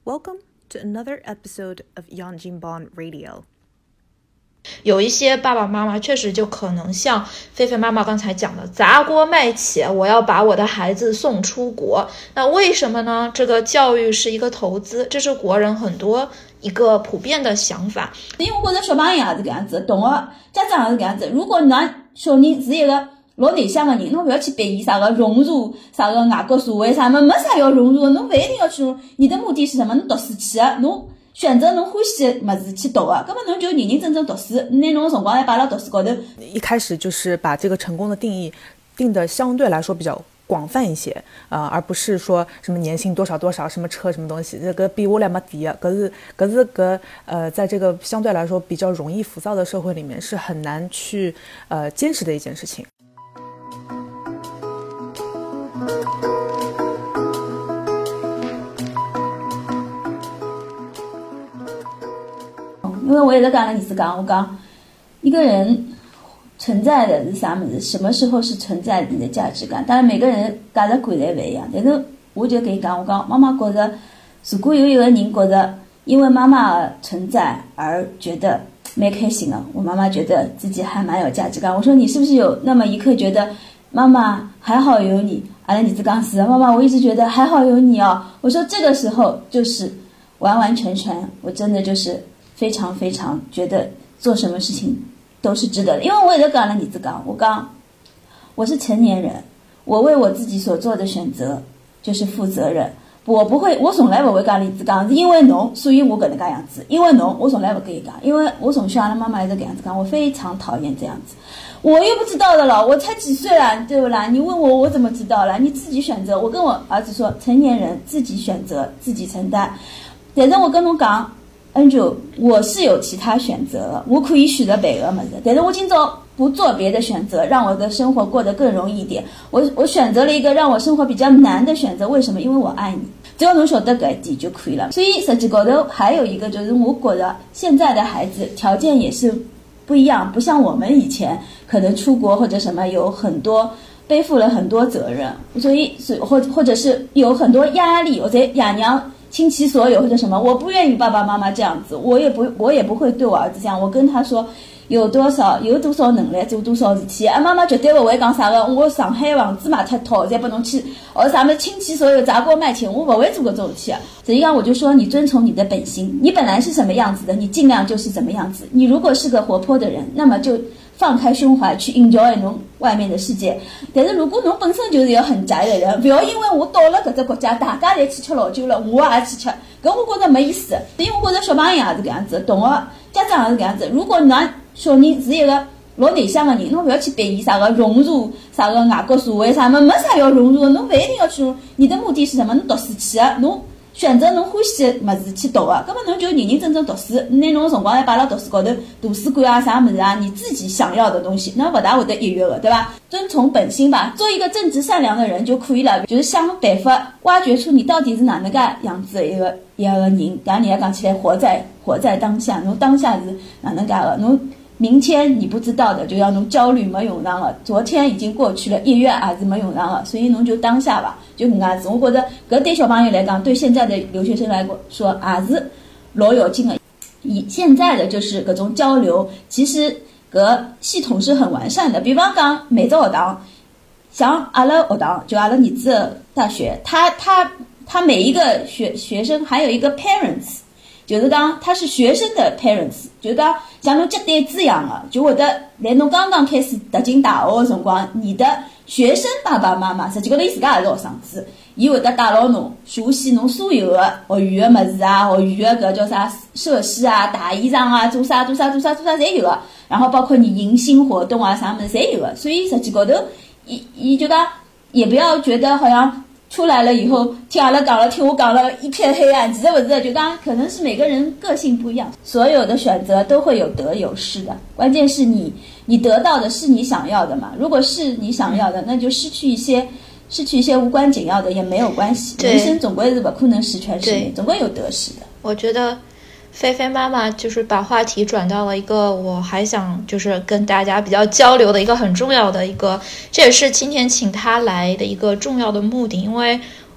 Welcome to another episode of Yanjinban Radio. 有一些爸爸妈妈确实就可能像菲菲妈妈刚才讲的，砸锅卖铁，我要把我的孩子送出国。那为什么呢？这个教育是一个投资，这是国人很多一个普遍的想法。 因为我觉得小朋友也是搿样子，同学家长也是搿样子。如果㑚小人是一个老内向的人，侬不要去逼伊啥个融入啥个外国社会啥么，没啥要融入的，侬不一定要去。你的目的是什么？侬读书去啊，侬选择侬欢喜的物事去读啊，根本侬就认认真真读书，拿侬的辰光来摆辣读书高头。 一开始就是把这个成功的定义定的相对来说比较广泛一些，而不是说什么年薪多少多少，什么车什么东西，这个比我来没底啊。可是在这个相对来说比较容易浮躁的社会里面，是很难去坚持的一件事情。 因为我也在跟阿拉儿子讲，我讲一个人存在的是啥么子？什么时候是存在你的价值感？当然每个人价值观侪不一样，但是我就跟伊讲，我讲妈妈觉着，如果有一个人觉着因为妈妈的存在而觉得蛮开心的，我妈妈觉得自己还蛮有价值感。我说你是不是有那么一刻觉得妈妈还好有你？阿拉儿子讲是的，妈妈我一直觉得还好有你哦。我说这个时候就是完完全全，我真的就是非常非常觉得做什么事情都是值得的。因为我也在跟阿拉儿子讲，我是成年人，我为我自己所做的选择就是负责任。我不会，我从来不会跟阿拉儿子讲是因为侬所以我搿能介样子，因为侬我从来不跟伊讲，因为我从小阿拉妈妈一直搿样子讲，我非常讨厌这样子。我又不知道的了，我才几岁了，对不啦？你问我怎么知道了？你自己选择。我跟我儿子说，成年人自己选择自己承担。但是我跟侬讲Angel， 我是有其他选择，我可以选择别的么子，但是我今朝不做别的选择，让我的生活过得更容易一点。我选择了一个让我生活比较难的选择，为什么？因为我爱你。只要侬晓得搿一点就可以了。所以实际高头还有一个就是，我觉得现在的孩子条件也是不一样，不像我们以前可能出国或者什么有很多背负了很多责任，所以或者是有很多压力，或者爷娘倾其所有或者什么，我不愿意爸爸妈妈这样子，我也不会对我儿子这样。我跟他说有多少能力做多少事体，妈妈绝对不会讲啥个我上海房子买脱套再不能去啥么倾其所有砸锅卖铁，我不会做搿种事体。所以讲我就说你遵从你的本心，你本来是什么样子的，你尽量就是怎么样子。你如果是个活泼的人，那么就放开胸怀去 enjoy 侬外面的世界。但是如果侬本身就是一个很宅的人，不要因为我到了搿只国家大家侪去吃老酒了，我也去吃，搿我觉着没意思。因为我觉着小朋友也是搿样子，同学家长也是搿样子。如果㑚小人是一个老内向的人，侬不要去逼伊啥个融入啥个外国社会啥么，没啥要融入的，侬不一定要去。你的目的是什么？侬读书去啊，侬选择侬欢喜的物事去读啊，根本侬就认认真真读书，拿侬的辰光来摆辣读书高头，图书馆啊啥物事啊，你自己想要的东西，那不大会得抑郁的，对吧？遵从本心吧，做一个正直善良的人就可以了，就是想办法挖掘出你到底是哪能介样子的一个人。搿人讲起来，活在当下，侬当下是哪能介的，侬明天你不知道的，就要侬焦虑没用上了。昨天已经过去了，1月也是没用上了，所以侬就当下吧，就搿样子。我觉得搿对小朋友来讲，对现在的留学生来说，也是老有劲的。以现在的就是搿种交流，其实搿系统是很完善的。比方讲每只学堂，像阿拉学堂，就阿拉儿子的大学，他每一个学生还有一个 parents。就是讲他是学生的 parents， 就是讲像侬接待滋养的，就会得在侬刚刚开始读进大学的辰光，你的学生爸爸妈妈实际高头伊自家也是学生子，伊会得带牢侬熟悉侬所有的学院的物事啊，学院的搿叫啥设施啊、大衣裳啊，做啥侪有的，然后包括你迎新活动啊啥物事侪有的，所以实际高头伊就讲也不要觉得好像出来了以后听阿拉讲了，听我讲了一片黑暗，其实不是，就刚可能是每个人个性不一样，所有的选择都会有得有失的，关键是你得到的是你想要的嘛，如果是你想要的，那就失去一些无关紧要的也没有关系，人生总归是不可能十全十美，总归有得失的。 我觉得菲菲妈妈就是把话题转到了一个我还想就是跟大家比较交流的一个很重要的一个，这也是今天请她来的一个重要的目的。因为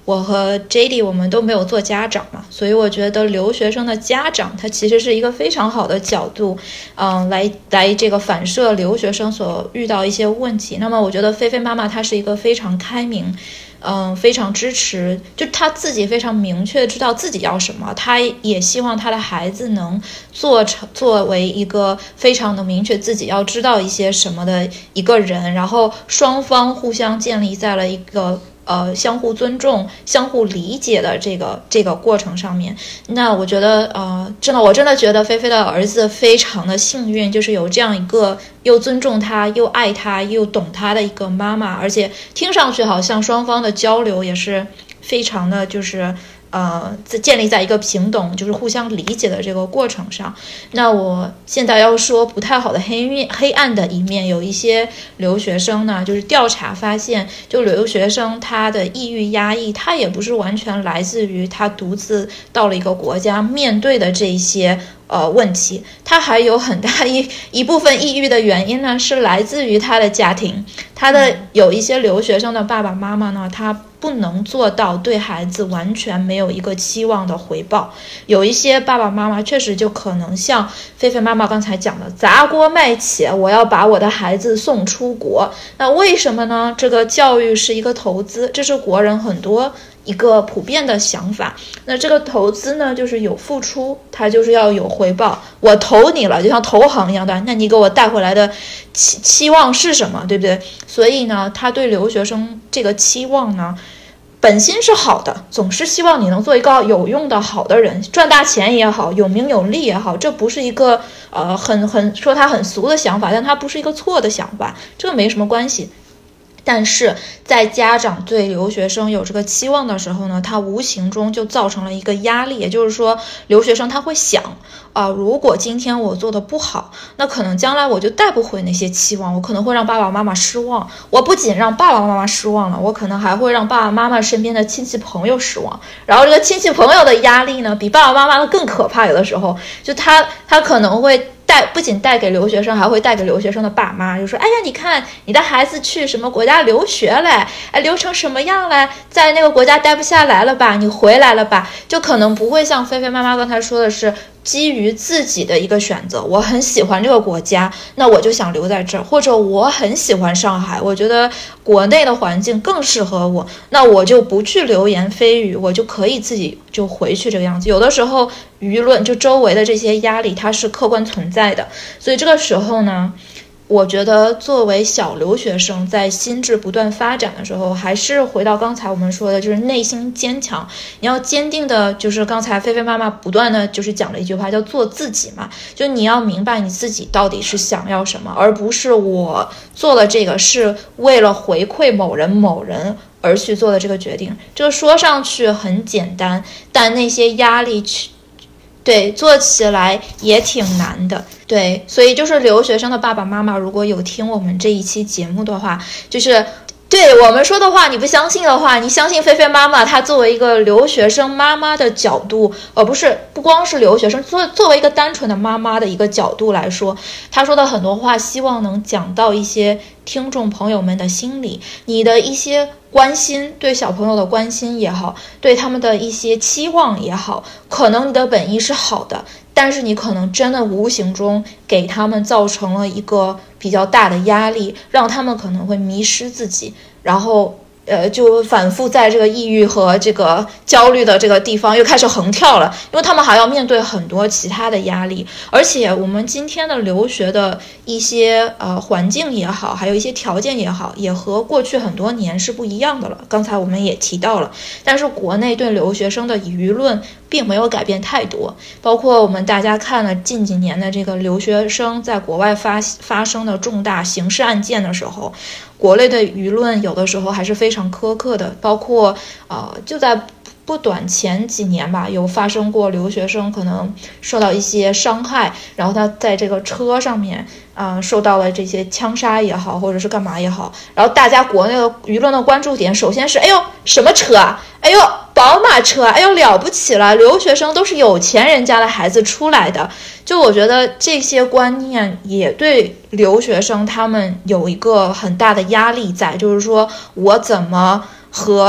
我和 JD 我们都没有做家长嘛，所以我觉得留学生的家长他其实是一个非常好的角度，来这个反射留学生所遇到一些问题。那么我觉得菲菲妈妈她是一个非常开明，非常支持，就她自己非常明确知道自己要什么，她也希望她的孩子能作为一个非常的明确自己要知道一些什么的一个人，然后双方互相建立在了一个相互尊重、相互理解的这个过程上面。那我觉得我真的觉得菲菲的儿子非常的幸运，就是有这样一个又尊重他、又爱他、又懂他的一个妈妈，而且听上去好像双方的交流也是非常的就是建立在一个平等，就是互相理解的这个过程上。那我现在要说不太好的黑暗的一面，有一些留学生呢，就是调查发现，就留学生他的抑郁压抑，他也不是完全来自于他独自到了一个国家面对的这些问题，他还有很大一部分抑郁的原因呢，是来自于他的家庭。他的有一些留学生的爸爸妈妈呢，他不能做到对孩子完全没有一个期望的回报。有一些爸爸妈妈确实就可能像菲菲妈妈刚才讲的，砸锅卖铁，我要把我的孩子送出国。那为什么呢？这个教育是一个投资，这是国人很多一个普遍的想法。那这个投资呢，就是有付出，它就是要有回报。我投你了，就像投行一样的，那你给我带回来的期望是什么，对不对？所以呢，他对留学生这个期望呢，本心是好的，总是希望你能做一个有用的好的人，赚大钱也好，有名有利也好，这不是一个说他很俗的想法，但它不是一个错的想法，这个没什么关系。但是在家长对留学生有这个期望的时候呢，他无形中就造成了一个压力，也就是说留学生他会想如果今天我做的不好，那可能将来我就带不回那些期望，我可能会让爸爸妈妈失望。我不仅让爸爸妈妈失望了，我可能还会让爸爸妈妈身边的亲戚朋友失望。然后这个亲戚朋友的压力呢，比爸爸妈妈的更可怕。有的时候就他可能会不仅带给留学生，还会带给留学生的爸妈，就说哎呀，你看你的孩子去什么国家留学嘞，留成什么样嘞，在那个国家待不下来了吧，你回来了吧。就可能不会像菲菲妈妈刚才说的是基于自己的一个选择，我很喜欢这个国家，那我就想留在这儿，或者我很喜欢上海，我觉得国内的环境更适合我，那我就不去流言蜚语，我就可以自己就回去这个样子。有的时候舆论就周围的这些压力它是客观存在的，所以这个时候呢，我觉得作为小留学生在心智不断发展的时候，还是回到刚才我们说的，就是内心坚强，你要坚定的，就是刚才菲菲妈妈不断的就是讲了一句话，叫做自己嘛，就你要明白你自己到底是想要什么，而不是我做了这个是为了回馈某人而去做的这个决定。这个说上去很简单，但那些压力对，做起来也挺难的。对，所以就是留学生的爸爸妈妈，如果有听我们这一期节目的话，就是对我们说的话你不相信的话，你相信菲菲妈妈她作为一个留学生妈妈的角度，而不光是留学生，作为一个单纯的妈妈的一个角度来说，她说的很多话希望能讲到一些听众朋友们的心里，你的一些关心，对小朋友的关心也好，对他们的一些期望也好，可能你的本意是好的，但是你可能真的无形中给他们造成了一个比较大的压力，让他们可能会迷失自己，然后就反复在这个抑郁和这个焦虑的这个地方又开始横跳了，因为他们还要面对很多其他的压力。而且我们今天的留学的一些环境也好，还有一些条件也好，也和过去很多年是不一样的了，刚才我们也提到了。但是国内对留学生的舆论并没有改变太多，包括我们大家看了近几年的这个留学生在国外发生的重大刑事案件的时候，国内的舆论有的时候还是非常苛刻的，包括就在不短前几年吧，有发生过留学生可能受到一些伤害，然后他在这个车上面受到了这些枪杀也好，或者是干嘛也好，然后大家国内的舆论的关注点首先是哎呦什么车啊，哎呦宝马车，哎呦了不起了，留学生都是有钱人家的孩子出来的。就我觉得这些观念也对留学生他们有一个很大的压力在，就是说我怎么和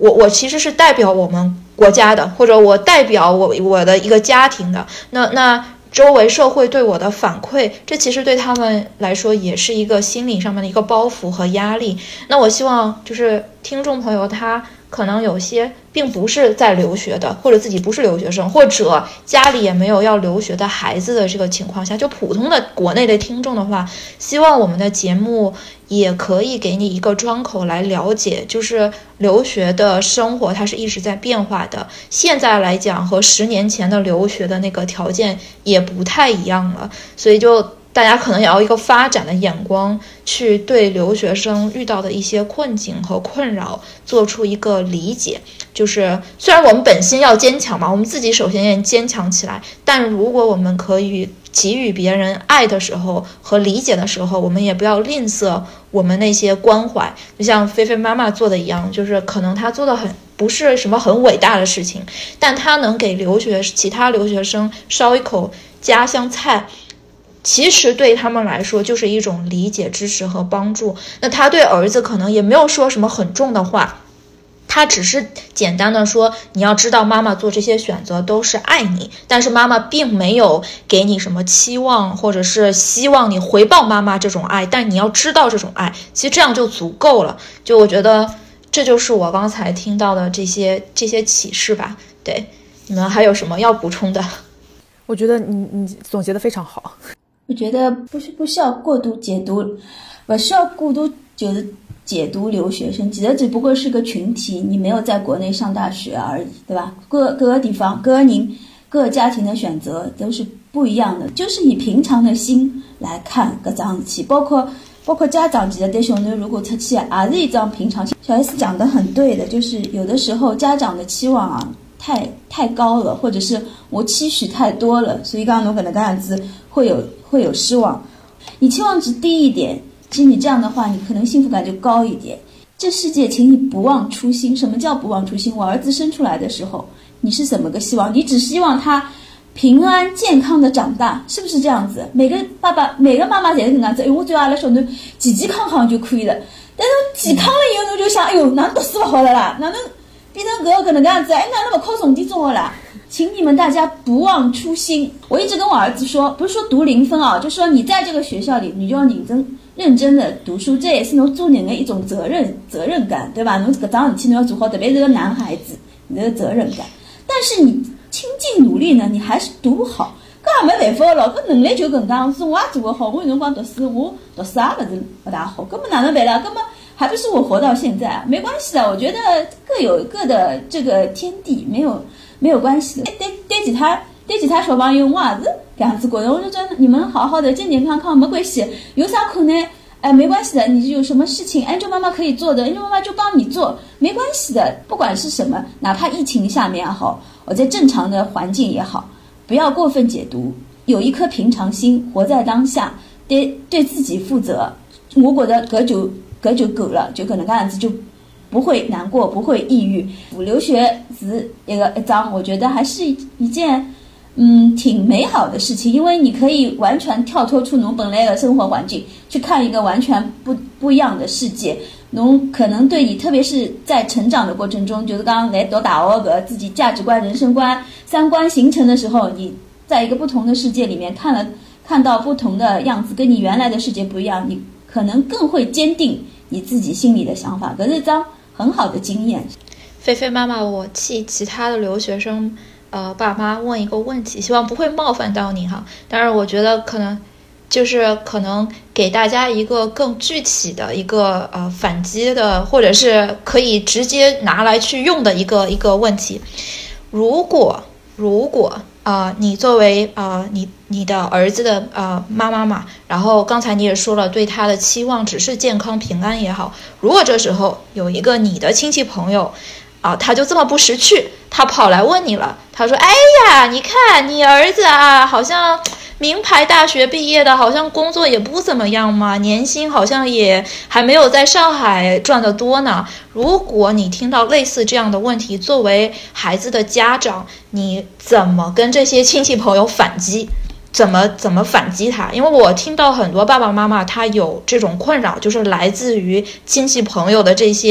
我其实是代表我们国家的，或者我代表我的一个家庭的，那周围社会对我的反馈，这其实对他们来说也是一个心理上面的一个包袱和压力。那我希望就是听众朋友他可能有些并不是在留学的，或者自己不是留学生，或者家里也没有要留学的孩子的这个情况下，就普通的国内的听众的话，希望我们的节目也可以给你一个窗口来了解，就是留学的生活它是一直在变化的，现在来讲和10年前的留学的那个条件也不太一样了，所以就大家可能也要一个发展的眼光去对留学生遇到的一些困境和困扰做出一个理解。就是虽然我们本心要坚强嘛，我们自己首先也坚强起来，但如果我们可以给予别人爱的时候和理解的时候，我们也不要吝啬我们那些关怀，就像菲菲妈妈做的一样，就是可能她做的不是什么很伟大的事情，但她能给其他留学生烧一口家乡菜，其实对他们来说就是一种理解、支持和帮助。那他对儿子可能也没有说什么很重的话，他只是简单的说，你要知道妈妈做这些选择都是爱你，但是妈妈并没有给你什么期望，或者是希望你回报妈妈这种爱，但你要知道这种爱，其实这样就足够了。就我觉得这就是我刚才听到的这些启示吧。对，你们还有什么要补充的？ 我觉得你总结的非常好。 我觉得不需要过度解读，不需要过度就是解读留学生，其实只不过是个群体，你没有在国内上大学而已，对吧？各个地方、各个人、各个家庭的选择都是不一样的，就是以平常的心来看搿桩事体，包括家长其实对小囡如果出去也是一桩平常心。小 S 讲得很对的，就是有的时候家长的期望啊太高了，或者是我期许太多了，所以刚刚侬可能这样子会有失望。你期望值低一点，其实你这样的话你可能幸福感就高一点。这世界请你不忘初心。什么叫不忘初心？我儿子生出来的时候你是怎么个希望？你只希望他平安健康的长大，是不是这样子？每个爸爸每个妈妈侪是这样子，我只要阿拉小囡健健康康就可以了。但是健康了以后侬就想，哎哟，哪能读书不好了啦，哪能变成搿能样子，哪能不考重点中学啦？请你们大家不忘初心。我一直跟我儿子说，不是说读0分啊，就说你在这个学校里你就要认真的读书，这也是侬做人的一种责任感，对吧？侬搿桩事体侬要做好，特别是个男孩子，你的责任感。但是你倾尽努力呢，你还是读不好，搿也没办法了，搿能力就搿能介，是我也做不好，我有辰光读书，我读书也不大好，搿么哪能办啦？搿么还不是我活到现在啊？没关系的，我觉得各有各的这个天地，没有关系的。对其他小朋友，我也是这样子觉得，我就觉得你们好好的健健康康没关系，有啥困难没关系的，你有什么事情Angel妈妈可以做的，Angel妈妈就帮你做，没关系的。不管是什么，哪怕疫情下面也好，我在正常的环境也好，不要过分解读，有一颗平常心，活在当下，对自己负责。我觉得搿就够了，就可能这样子就不会难过，不会抑郁。留学是一桩，我觉得还是一件挺美好的事情，因为你可以完全跳脱出侬本来的生活环境，去看一个完全不一样的世界。侬可能对你，特别是在成长的过程中，就是刚刚来读大学个自己价值观、人生观、三观形成的时候，你在一个不同的世界里面看到不同的样子，跟你原来的世界不一样，你可能更会坚定你自己心里的想法，这是一张很好的经验。 菲菲妈妈，我替其他的留学生爸妈问一个问题，希望不会冒犯到你哈。当然我觉得可能给大家一个更具体的一个反击的，或者是可以直接拿来去用的一个问题。如果你作为你的儿子的妈妈嘛，然后刚才你也说了，对他的期望只是健康平安也好，如果这时候有一个你的亲戚朋友他就这么不识趣，他跑来问你了，他说，哎呀，你看你儿子好像名牌大学毕业的，好像工作也不怎么样嘛，年薪好像也还没有在上海赚得多呢。如果你听到类似这样的问题，作为孩子的家长，你怎么跟这些亲戚朋友反击？怎么反击他？因为我听到很多爸爸妈妈他有这种困扰，就是来自于亲戚朋友的这些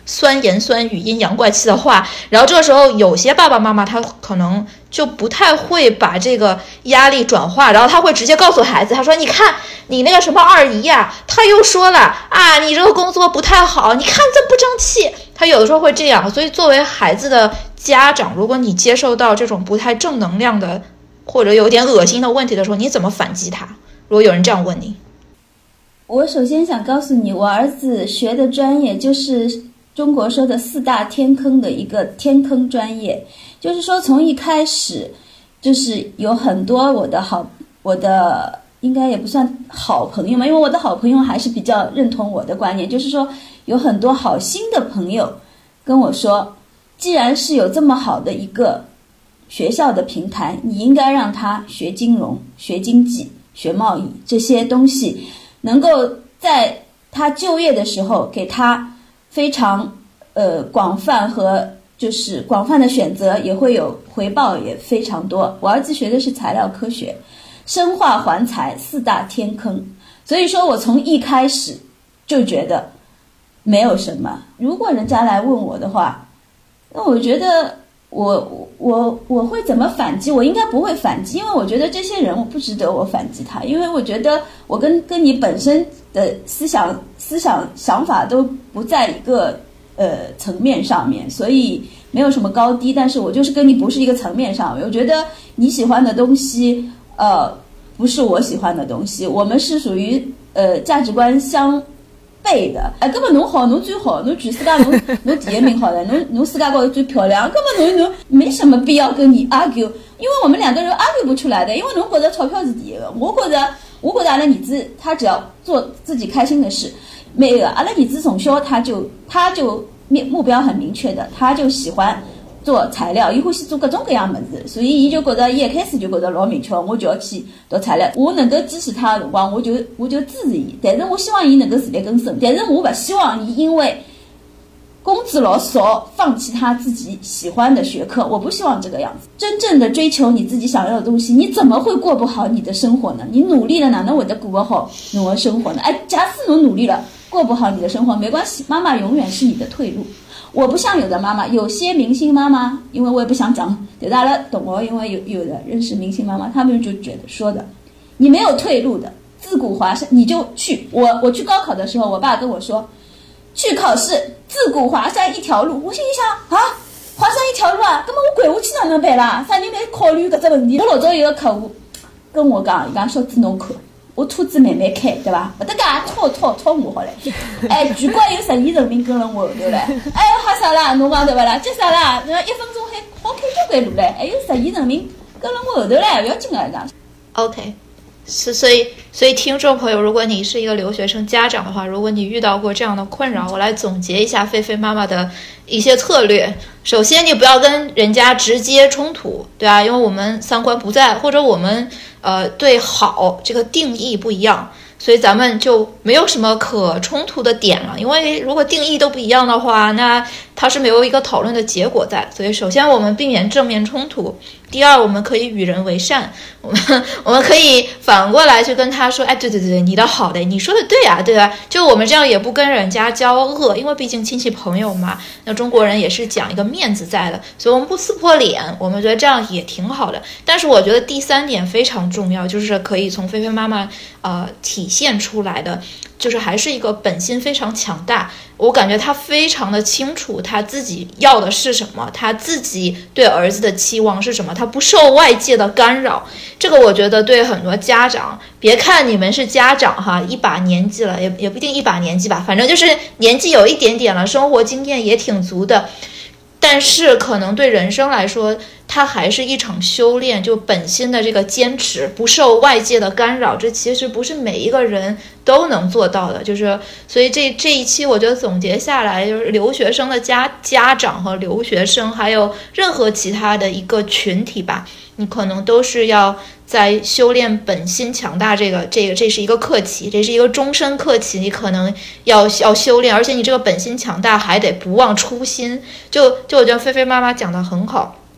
酸言酸语、阴阳怪气的话，然后这个时候有些爸爸妈妈他可能就不太会把这个压力转化，然后他会直接告诉孩子，他说你看你那个什么二姨呀，他又说了啊，你这个工作不太好，你看这不争气，他有的时候会这样。所以作为孩子的家长，如果你接受到这种不太正能量的或者有点恶心的问题的时候，你怎么反击他？如果有人这样问你， 我首先想告诉你，我儿子学的专业就是中国说的4大天坑的一个天坑专业，就是说从一开始就是有很多我的应该也不算好朋友嘛，因为我的好朋友还是比较认同我的观念，就是说有很多好心的朋友跟我说，既然是有这么好的一个学校的平台，你应该让他学金融、学经济、学贸易这些东西，能够在他就业的时候给他非常广泛和就是广泛的选择，也会有回报也非常多。我儿子学的是材料科学，生化环材4大天坑，所以说我从一开始就觉得没有什么。如果人家来问我的话，那我觉得我会怎么反击？我应该不会反击，因为我觉得这些人我不值得我反击他，因为我觉得我跟你本身的思想法都不在一个层面上面，所以没有什么高低，但是我就是跟你不是一个层面上面。我觉得你喜欢的东西不是我喜欢的东西，我们是属于价值观相背的。根本侬好，侬最好，侬全世界侬第一名好了，侬世界高头最漂亮，根本侬没什么必要跟你 argue， 因为我们两个人 argue 不出来的，因为侬觉得钞票是第一个，我觉得阿拉儿子他只要做自己开心的事，没有阿拉儿子从小他就目标很明确的，他就喜欢做材料，伊欢喜做各种各样物事，所以伊就觉得伊一开始就觉得老明确，我就要去读材料。我能够支持他的辰光，我就支持伊，但是我希望伊能够自力更生，但是我不希望伊因为工资老少放弃他自己喜欢的学科，我不希望这个样子。真正的追求你自己想要的东西，你怎么会过不好你的生活呢？你努力了哪能会得过不好你的生活呢？假使侬努力了过不好你的生活没关系，妈妈永远是你的退路。我不像有的妈妈，有些明星妈妈，因为我也不想讲，但是阿拉同学因为有的认识明星妈妈，他们就觉得说的，你没有退路的，自古华山你就去。我去高考的时候，我爸跟我说，去考试自古华山一条路。我心里想啊，华山一条路啊，根本我跪下去哪能办啦？啥人来考虑搿只问题？我老早有个客户跟我讲，伊讲小子侬看，我车子慢慢开，对吧？不得介超我好嘞！全国有10亿人民跟了我后头嘞！哈啥啦？侬讲对不啦？急啥啦？那1分钟还好开交关路嘞！还有10亿人民跟了我后头嘞，不要紧啊！这样。 OK， 所以听众朋友，如果你是一个留学生家长的话，如果你遇到过这样的困扰，我来总结一下菲菲妈妈的一些策略。首先，你不要跟人家直接冲突，对啊，因为我们三观不在，或者我们对好这个定义不一样，所以咱们就没有什么可冲突的点了。因为如果定义都不一样的话，那它是没有一个讨论的结果在。所以首先我们避免正面冲突。第二，我们可以与人为善，我们可以反过来去跟他说，对，你的好的，你说的对啊，对吧？就我们这样也不跟人家交恶，因为毕竟亲戚朋友嘛，那中国人也是讲一个面子在的，所以我们不撕破脸，我们觉得这样也挺好的。但是我觉得第3点非常重要，就是可以从菲菲妈妈体现出来的，就是还是一个本心非常强大。我感觉他非常的清楚他自己要的是什么，他自己对儿子的期望是什么，他不受外界的干扰。这个我觉得对很多家长，别看你们是家长哈，一把年纪了，也不一定一把年纪吧，反正就是年纪有一点点了，生活经验也挺足的，但是可能对人生来说，它还是一场修炼，就本心的这个坚持，不受外界的干扰，这其实不是每一个人都能做到的。就是所以这一期我觉得总结下来，就是留学生的家长和留学生，还有任何其他的一个群体吧，你可能都是要在修炼本心强大，这是一个课题，这是一个终身课题，你可能要修炼，而且你这个本心强大还得不忘初心。就我觉得菲菲妈妈讲得很好，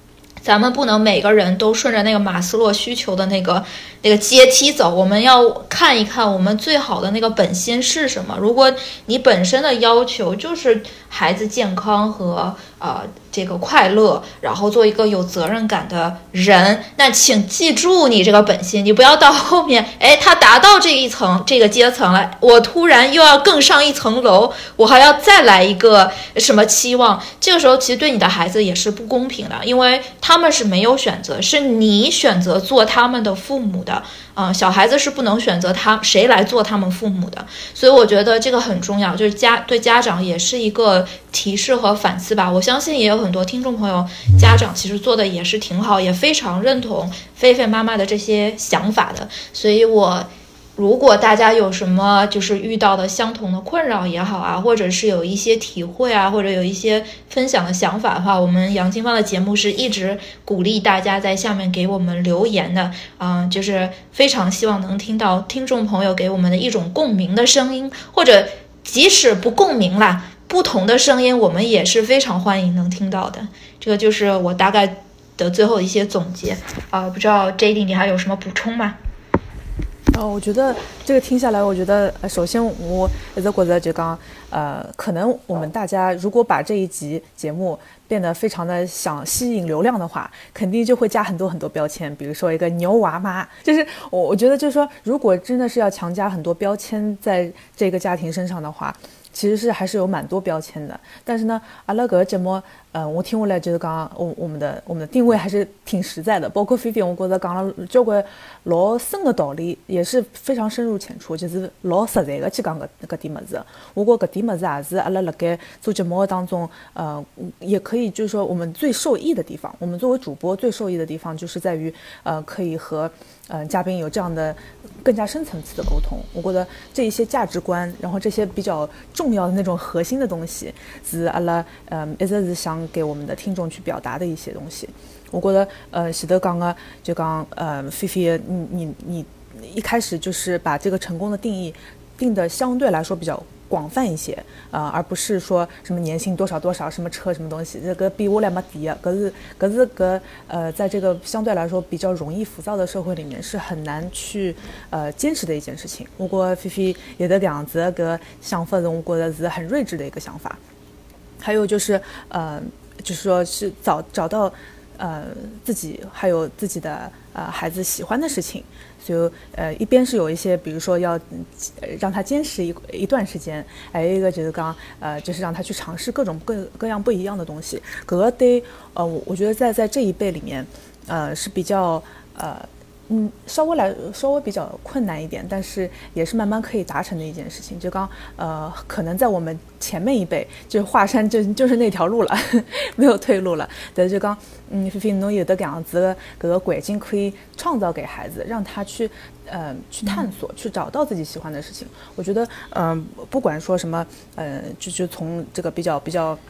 咱们不能每个人都顺着那个马斯洛需求的那个阶梯走，我们要看一看我们最好的那个本心是什么。如果你本身的要求就是孩子健康和这个快乐，然后做一个有责任感的人，那请记住你这个本心，你不要到后面，他达到这个阶层了，我突然又要更上一层楼，我还要再来一个什么期望，这个时候其实对你的孩子也是不公平的，因为他们是没有选择，是你选择做他们的父母的。小孩子是不能选择谁来做他们父母的，所以我觉得这个很重要，就是对家长也是一个提示和反思吧。我相信也有很多听众朋友家长其实做的也是挺好，也非常认同菲菲妈妈的这些想法的，所以如果大家有什么就是遇到的相同的困扰也好啊，或者是有一些体会啊，或者有一些分享的想法的话，我们杨金芳的节目是一直鼓励大家在下面给我们留言的，就是非常希望能听到听众朋友给我们的一种共鸣的声音，或者即使不共鸣啦，不同的声音我们也是非常欢迎能听到的。这个就是我大概的最后一些总结不知道 JD 你还有什么补充吗？ 我觉得这个听下来，我觉得首先我一直觉得就讲可能我们大家如果把这一集节目变得非常的想吸引流量的话，肯定就会加很多很多标签，比如说一个牛娃妈，就是我觉得就是说，如果真的是要强加很多标签在这个家庭身上的话，其实还是有蛮多标签的。但是呢，阿拉个节目我听下来就是讲我们的定位还是挺实在的，包括菲菲我觉得讲了交关老深的道理，也是非常深入浅出，就是老实在的去讲搿点物事。我觉搿点物事也是阿拉辣盖做节目当中也可以就是说我们最受益的地方，我们作为主播最受益的地方就是在于可以和嘉宾有这样的更加深层次的沟通。我觉得这一些价值观，然后这些比较重要的那种核心的东西，是阿拉一直是想给我们的听众去表达的一些东西。我觉得前头讲的就讲菲菲你一开始就是把这个成功的定义定的相对来说比较广泛一些而不是说什么年薪多少多少什么车什么东西，这个比下来没底啊，可是在这个相对来说比较容易浮躁的社会里面是很难去坚持的一件事情。我觉得菲菲有的这样子个想法，我觉得是很睿智的一个想法。还有就是就是说是找到自己还有自己的孩子喜欢的事情，所以一边是有一些比如说要让他坚持一段时间，还有一个就是讲就是让他去尝试各种各样不一样的东西。搿个对我觉得在这一辈里面是比较稍微比较困难一点，但是也是慢慢可以达成的一件事情。就刚可能在我们前面一辈，就是华山就是那条路了，没有退路了。但就刚菲菲侬有的搿样子的搿个环境可以创造给孩子，让他去探索，去找到自己喜欢的事情。我觉得不管说什么就从这个比较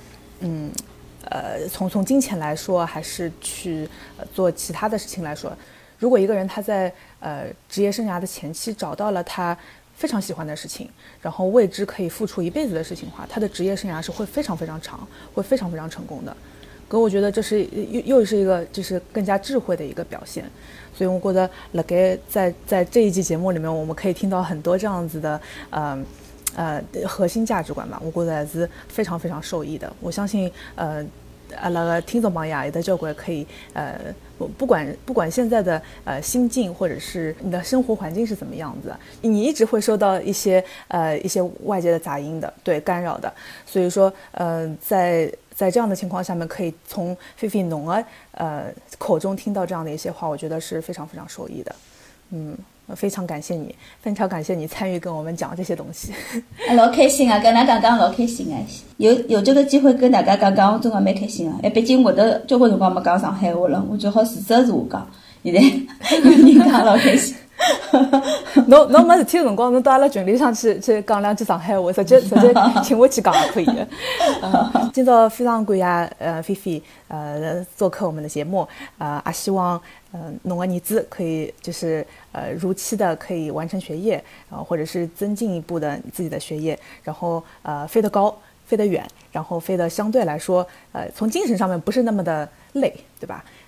从金钱来说，还是去做其他的事情来说。如果一个人他在职业生涯的前期找到了他非常喜欢的事情，然后为之可以付出一辈子的事情的话，他的职业生涯是会非常非常长，会非常非常成功的。可我觉得这是又是一个就是更加智慧的一个表现。所以我觉得辣盖在这一期节目里面，我们可以听到很多这样子的核心价值观吧，我觉得还是非常非常受益的。我相信阿拉个听众朋友也的交关可以不管现在的心境或者是你的生活环境是怎么样子，你一直会受到一些外界的杂音的对干扰的。所以说在这样的情况下面，可以从菲菲侬口中听到这样的一些话，我觉得是非常非常受益的。非常感谢你，非常感谢你参与跟我们讲这些东西。 老开心啊，跟大家讲老开心啊！有这个机会跟大家讲，我真的蛮开心啊！毕竟我的交关辰光没讲上海话了，我最好试实话讲。现在有人讲老开心。 侬没事体的辰光，侬到阿拉群里上去讲两句上海话，直接请我去讲也可以的。今朝非常感谢菲菲做客我们的节目，也希望侬个儿子可以就是如期的可以完成学业，或者是增进一步的自己的学业，然后飞得高，飞得远，然后飞得相对来说从精神上面不是那么的累，对吧？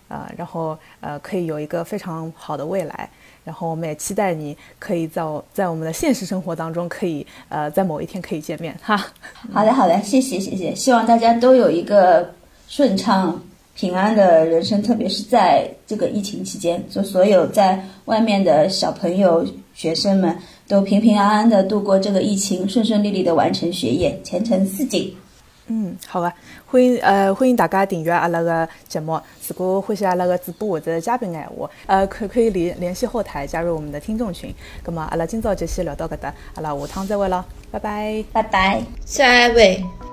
然后可以有一个非常好的未来。然后我们也期待你可以在我们的现实生活当中可以在某一天可以见面哈。 好的好的，谢谢谢谢，希望大家都有一个顺畅平安的人生，特别是在这个疫情期间，就所有在外面的小朋友学生们都平平安安的度过这个疫情，顺顺利利的完成学业，前程似锦。 好的，欢迎大家订阅阿拉个节目。如果欢喜阿拉个主播或者嘉宾的闲话，可以联系后台加入我们的听众群。那么阿拉今朝就先聊到搿搭，阿拉下趟再会了，拜拜， 拜拜， 下一位。